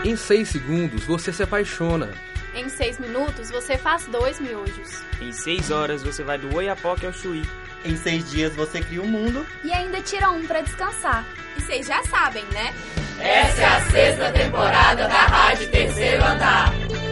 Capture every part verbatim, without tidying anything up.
Em seis segundos, você se apaixona. Em seis minutos, você faz dois miojos. Em seis horas, você vai do Oiapoque ao Chuí. Em seis dias, você cria um mundo. E ainda tira um pra descansar. E vocês já sabem, né? Essa é a sexta temporada da Rádio Terceiro Andar.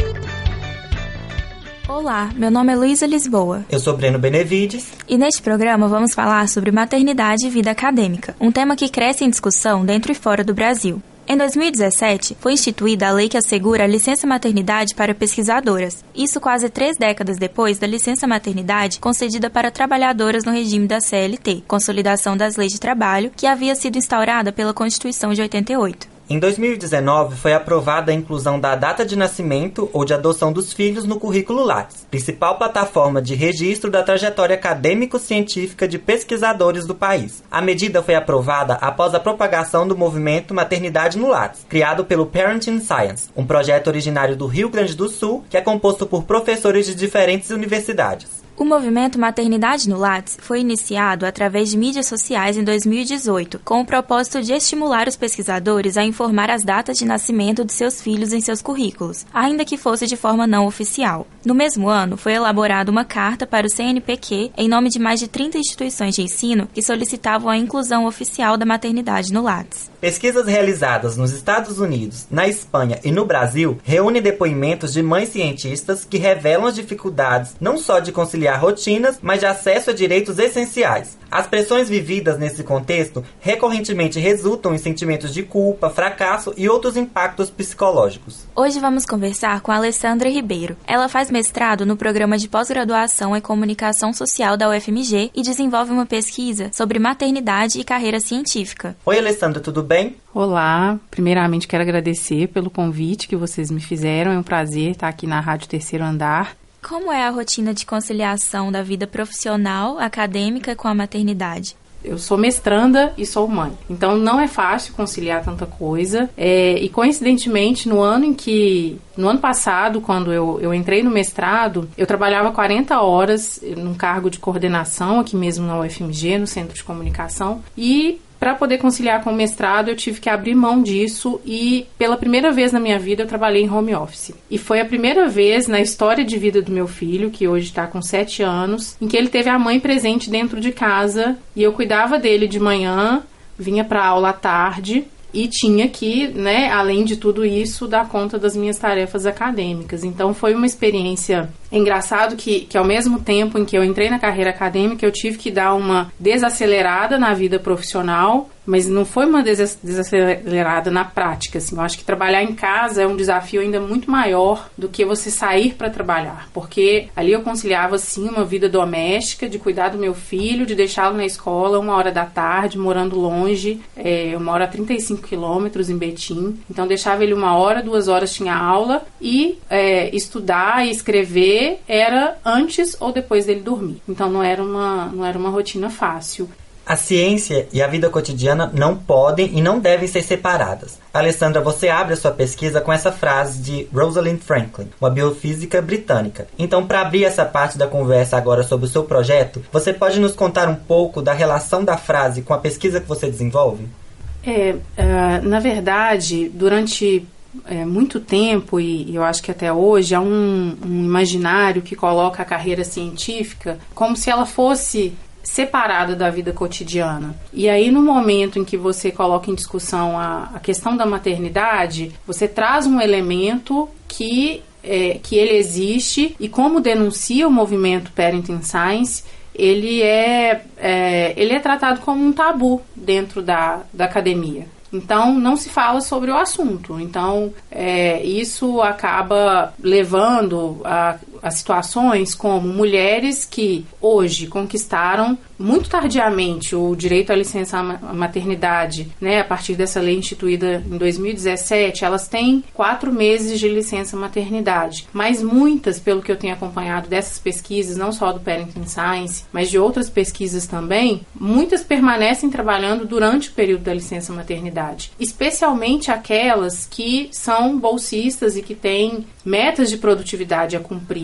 Olá, meu nome é Luísa Lisboa. Eu sou Breno Benevides. E neste programa vamos falar sobre maternidade e vida acadêmica, um tema que cresce em discussão dentro e fora do Brasil. Em dois mil e dezessete, foi instituída a lei que assegura a licença maternidade para pesquisadoras. Isso quase três décadas depois da licença maternidade concedida para trabalhadoras no regime da C L T, Consolidação das Leis de Trabalho, que havia sido instaurada pela Constituição de oitenta e oito. Em dois mil e dezenove, foi aprovada a inclusão da data de nascimento ou de adoção dos filhos no currículo Lattes, principal plataforma de registro da trajetória acadêmico-científica de pesquisadores do país. A medida foi aprovada após a propagação do movimento Maternidade no Lattes, criado pelo Parenting Science, um projeto originário do Rio Grande do Sul que é composto por professores de diferentes universidades. O movimento Maternidade no Lattes foi iniciado através de mídias sociais em dois mil e dezoito, com o propósito de estimular os pesquisadores a informar as datas de nascimento de seus filhos em seus currículos, ainda que fosse de forma não oficial. No mesmo ano, foi elaborada uma carta para o C N P Q em nome de mais de trinta instituições de ensino que solicitavam a inclusão oficial da maternidade no Lattes. Pesquisas realizadas nos Estados Unidos, na Espanha e no Brasil reúnem depoimentos de mães cientistas que revelam as dificuldades não só de conciliar rotinas, mas de acesso a direitos essenciais. As pressões vividas nesse contexto recorrentemente resultam em sentimentos de culpa, fracasso e outros impactos psicológicos. Hoje vamos conversar com a Alessandra Ribeiro. Ela faz mestrado no programa de pós-graduação em comunicação social da U F M G e desenvolve uma pesquisa sobre maternidade e carreira científica. Oi, Alessandra, tudo bem? Olá, primeiramente quero agradecer pelo convite que vocês me fizeram. É um prazer estar aqui na Rádio Terceiro Andar. Como é a rotina de conciliação da vida profissional, acadêmica com a maternidade? Eu sou mestranda e sou mãe, então não é fácil conciliar tanta coisa. É, e coincidentemente, no ano em que, no ano passado, quando eu, eu entrei no mestrado, eu trabalhava quarenta horas num cargo de coordenação aqui mesmo na U F M G, no Centro de Comunicação, e para poder conciliar com o mestrado, eu tive que abrir mão disso e, pela primeira vez na minha vida, eu trabalhei em home office. E foi a primeira vez na história de vida do meu filho, que hoje está com sete anos, em que ele teve a mãe presente dentro de casa e eu cuidava dele de manhã, vinha para aula à tarde e tinha que, né, além de tudo isso, dar conta das minhas tarefas acadêmicas. Então foi uma experiência engraçado que, que ao mesmo tempo em que eu entrei na carreira acadêmica, eu tive que dar uma desacelerada na vida profissional, mas não foi uma desacelerada na prática, assim. Eu acho que trabalhar em casa é um desafio ainda muito maior do que você sair para trabalhar, porque ali eu conciliava, sim, uma vida doméstica, de cuidar do meu filho, de deixá-lo na escola uma hora da tarde, morando longe, é, uma hora a trinta e cinco quilômetros em Betim, então deixava ele uma hora, duas horas tinha aula e é, estudar e escrever era antes ou depois dele dormir, então não era uma, não era uma rotina fácil. A ciência e a vida cotidiana não podem e não devem ser separadas. Alessandra, você abre a sua pesquisa com essa frase de Rosalind Franklin, uma biofísica britânica. Então, para abrir essa parte da conversa agora sobre o seu projeto, você pode nos contar um pouco da relação da frase com a pesquisa que você desenvolve? É, uh, na verdade, durante É, muito tempo, e eu acho que até hoje, há um, um imaginário que coloca a carreira científica como se ela fosse separada da vida cotidiana. E aí, no momento em que você coloca em discussão a, a questão da maternidade, você traz um elemento que, é, que ele existe, e como denuncia o movimento Parenting Science, ele é, é, ele é tratado como um tabu dentro da, da academia. Então, não se fala sobre o assunto. Então, é, isso acaba levando a, a situações como mulheres que hoje conquistaram muito tardiamente o direito à licença à maternidade, né, a partir dessa lei instituída em dois mil e dezessete, elas têm quatro meses de licença maternidade. Mas muitas, pelo que eu tenho acompanhado dessas pesquisas, não só do Parenting Science, mas de outras pesquisas também, muitas permanecem trabalhando durante o período da licença maternidade. Especialmente aquelas que são bolsistas e que têm metas de produtividade a cumprir.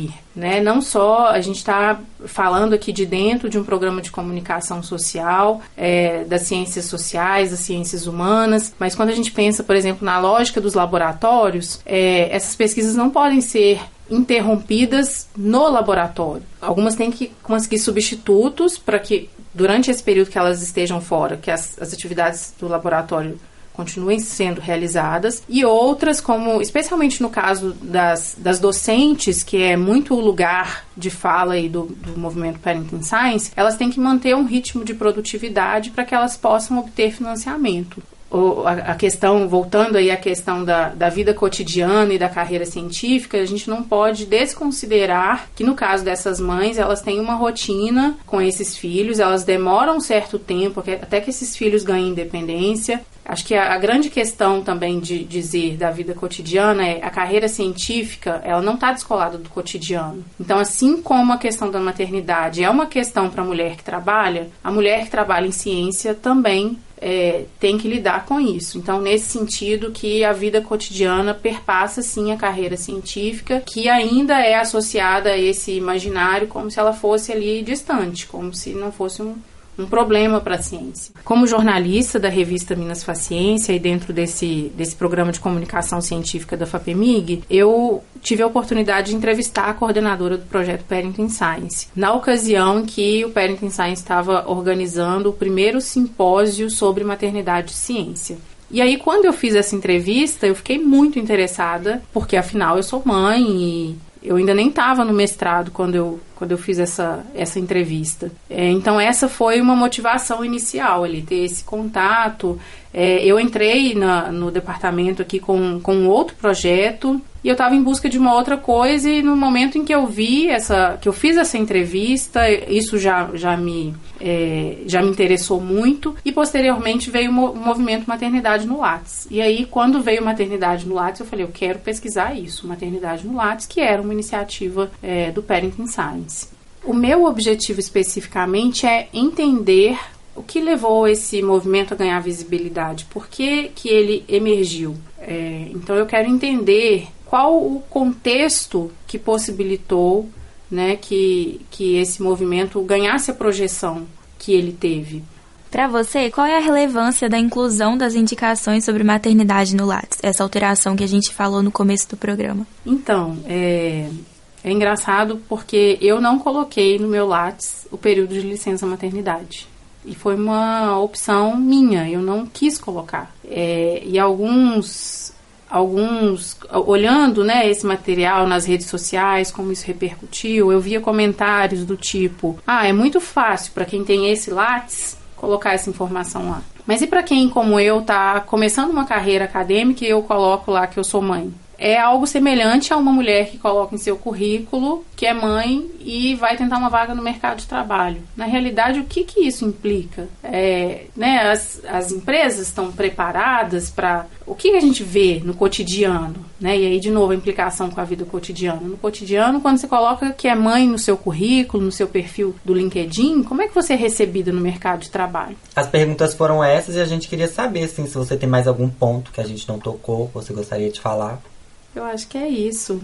vir, né? Não só a gente está falando aqui de dentro de um programa de comunicação social, é, das ciências sociais, das ciências humanas, mas quando a gente pensa, por exemplo, na lógica dos laboratórios, é, essas pesquisas não podem ser interrompidas no laboratório. Algumas têm que conseguir substitutos para que, durante esse período que elas estejam fora, que as, as atividades do laboratório continuem sendo realizadas, e outras, como especialmente no caso das, das docentes, que é muito o lugar de fala aí do, do movimento Parenting Science, elas têm que manter um ritmo de produtividade para que elas possam obter financiamento. A, a questão, voltando aí à questão da, da vida cotidiana e da carreira científica, a gente não pode desconsiderar que no caso dessas mães, elas têm uma rotina com esses filhos, elas demoram um certo tempo até que esses filhos ganhem independência. Acho que a, a grande questão também de dizer da vida cotidiana é a carreira científica, ela não está descolada do cotidiano. Então, assim como a questão da maternidade é uma questão para a mulher que trabalha, a mulher que trabalha em ciência também É, tem que lidar com isso. Então, nesse sentido que a vida cotidiana perpassa, sim, a carreira científica, que ainda é associada a esse imaginário como se ela fosse ali distante, como se não fosse um, um problema para a ciência. Como jornalista da revista Minas Faciência e dentro desse, desse programa de comunicação científica da FAPEMIG, eu tive a oportunidade de entrevistar a coordenadora do projeto Parenting Science, na ocasião que o Parenting Science estava organizando o primeiro simpósio sobre maternidade e ciência. E aí, quando eu fiz essa entrevista, eu fiquei muito interessada, porque afinal eu sou mãe e eu ainda nem estava no mestrado quando eu, quando eu fiz essa, essa entrevista. É, então, essa foi uma motivação inicial ali, ter esse contato. É, eu entrei na, no departamento aqui com, com outro projeto e eu estava em busca de uma outra coisa, e no momento em que eu vi essa, que eu fiz essa entrevista, isso já, já, me, é, já me interessou muito, e posteriormente veio o mo- movimento Maternidade no Lattes. E aí, quando veio Maternidade no Lattes, eu falei, eu quero pesquisar isso, Maternidade no Lattes, que era uma iniciativa é, do Parenting Science. O meu objetivo especificamente é entender o que levou esse movimento a ganhar visibilidade, por que que ele emergiu. É, então, eu quero entender qual o contexto que possibilitou, né, que, que esse movimento ganhasse a projeção que ele teve. Para você, qual é a relevância da inclusão das indicações sobre maternidade no Lattes? Essa alteração que a gente falou no começo do programa. Então, é, é engraçado porque eu não coloquei no meu Lattes o período de licença maternidade. E foi uma opção minha, eu não quis colocar. É, e alguns... Alguns, olhando, né, esse material nas redes sociais, como isso repercutiu, eu via comentários do tipo, ah, é muito fácil para quem tem esse Lattes colocar essa informação lá. Mas e para quem, como eu, está começando uma carreira acadêmica e eu coloco lá que eu sou mãe? É algo semelhante a uma mulher que coloca em seu currículo que é mãe e vai tentar uma vaga no mercado de trabalho. Na realidade, o que, que isso implica? É, né, as, as empresas estão preparadas para... O que, que a gente vê no cotidiano? Né? E aí, de novo, a implicação com a vida cotidiana. No cotidiano, quando você coloca que é mãe no seu currículo, no seu perfil do LinkedIn, como é que você é recebida no mercado de trabalho? As perguntas foram essas e a gente queria saber assim, se você tem mais algum ponto que a gente não tocou, que você gostaria de falar. Eu acho que é isso.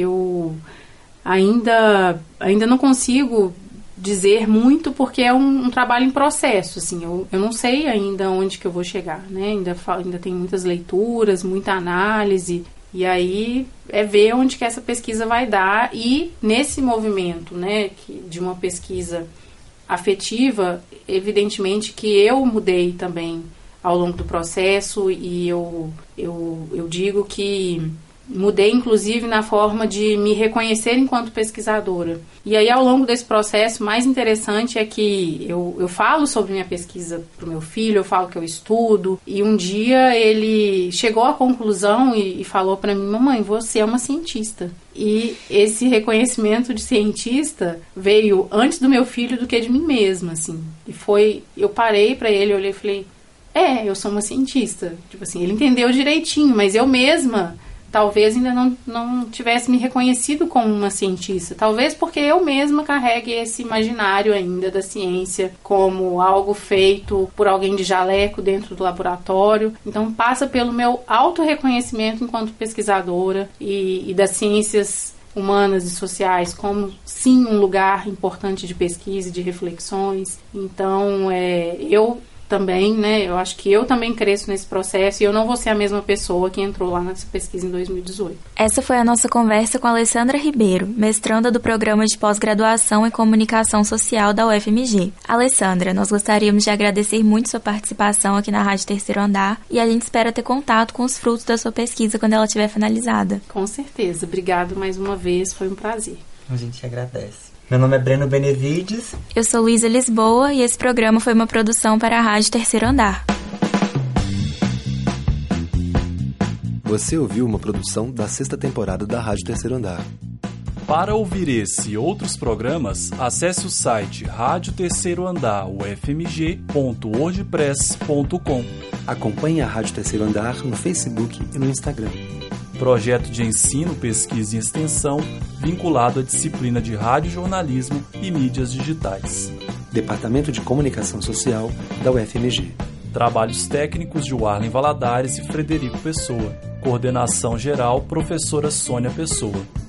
Eu ainda, ainda não consigo dizer muito porque é um, um trabalho em processo. Assim, eu, eu não sei ainda onde que eu vou chegar, né? Ainda, ainda tem muitas leituras, muita análise. E aí é ver onde que essa pesquisa vai dar. E nesse movimento, né, que, de uma pesquisa afetiva, evidentemente que eu mudei também ao longo do processo. E eu, eu, eu digo que... Mudei, inclusive, na forma de me reconhecer enquanto pesquisadora. E aí, ao longo desse processo, mais interessante é que eu, eu falo sobre minha pesquisa para o meu filho, eu falo que eu estudo, e um dia ele chegou à conclusão e, e falou para mim, mamãe, você é uma cientista. E esse reconhecimento de cientista veio antes do meu filho do que de mim mesma, assim. E foi, eu parei para ele, olhei e falei, é, eu sou uma cientista. Tipo assim, ele entendeu direitinho, mas eu mesma... talvez ainda não, não tivesse me reconhecido como uma cientista. Talvez porque eu mesma carregue esse imaginário ainda da ciência como algo feito por alguém de jaleco dentro do laboratório. Então passa pelo meu autorreconhecimento enquanto pesquisadora e, e das ciências humanas e sociais como, sim, um lugar importante de pesquisa e de reflexões. Então, é, eu também, né, eu acho que eu também cresço nesse processo e eu não vou ser a mesma pessoa que entrou lá nessa pesquisa em dois mil e dezoito. Essa foi a nossa conversa com a Alessandra Ribeiro, mestranda do Programa de Pós-Graduação em Comunicação Social da U F M G. Alessandra, nós gostaríamos de agradecer muito sua participação aqui na Rádio Terceiro Andar e a gente espera ter contato com os frutos da sua pesquisa quando ela estiver finalizada. Com certeza. Obrigado mais uma vez, foi um prazer. A gente agradece. Meu nome é Breno Benevides. Eu sou Luísa Lisboa e esse programa foi uma produção para a Rádio Terceiro Andar. Você ouviu uma produção da sexta temporada da Rádio Terceiro Andar. Para ouvir esse e outros programas, acesse o site rádio terceiro andar u f m g ponto wordpress ponto com. Acompanhe a Rádio Terceiro Andar no Facebook e no Instagram. Projeto de ensino, pesquisa e extensão vinculado à disciplina de radiojornalismo e mídias digitais. Departamento de Comunicação Social da U F M G. Trabalhos técnicos de Warlen Valadares e Frederico Pessoa. Coordenação geral, professora Sônia Pessoa.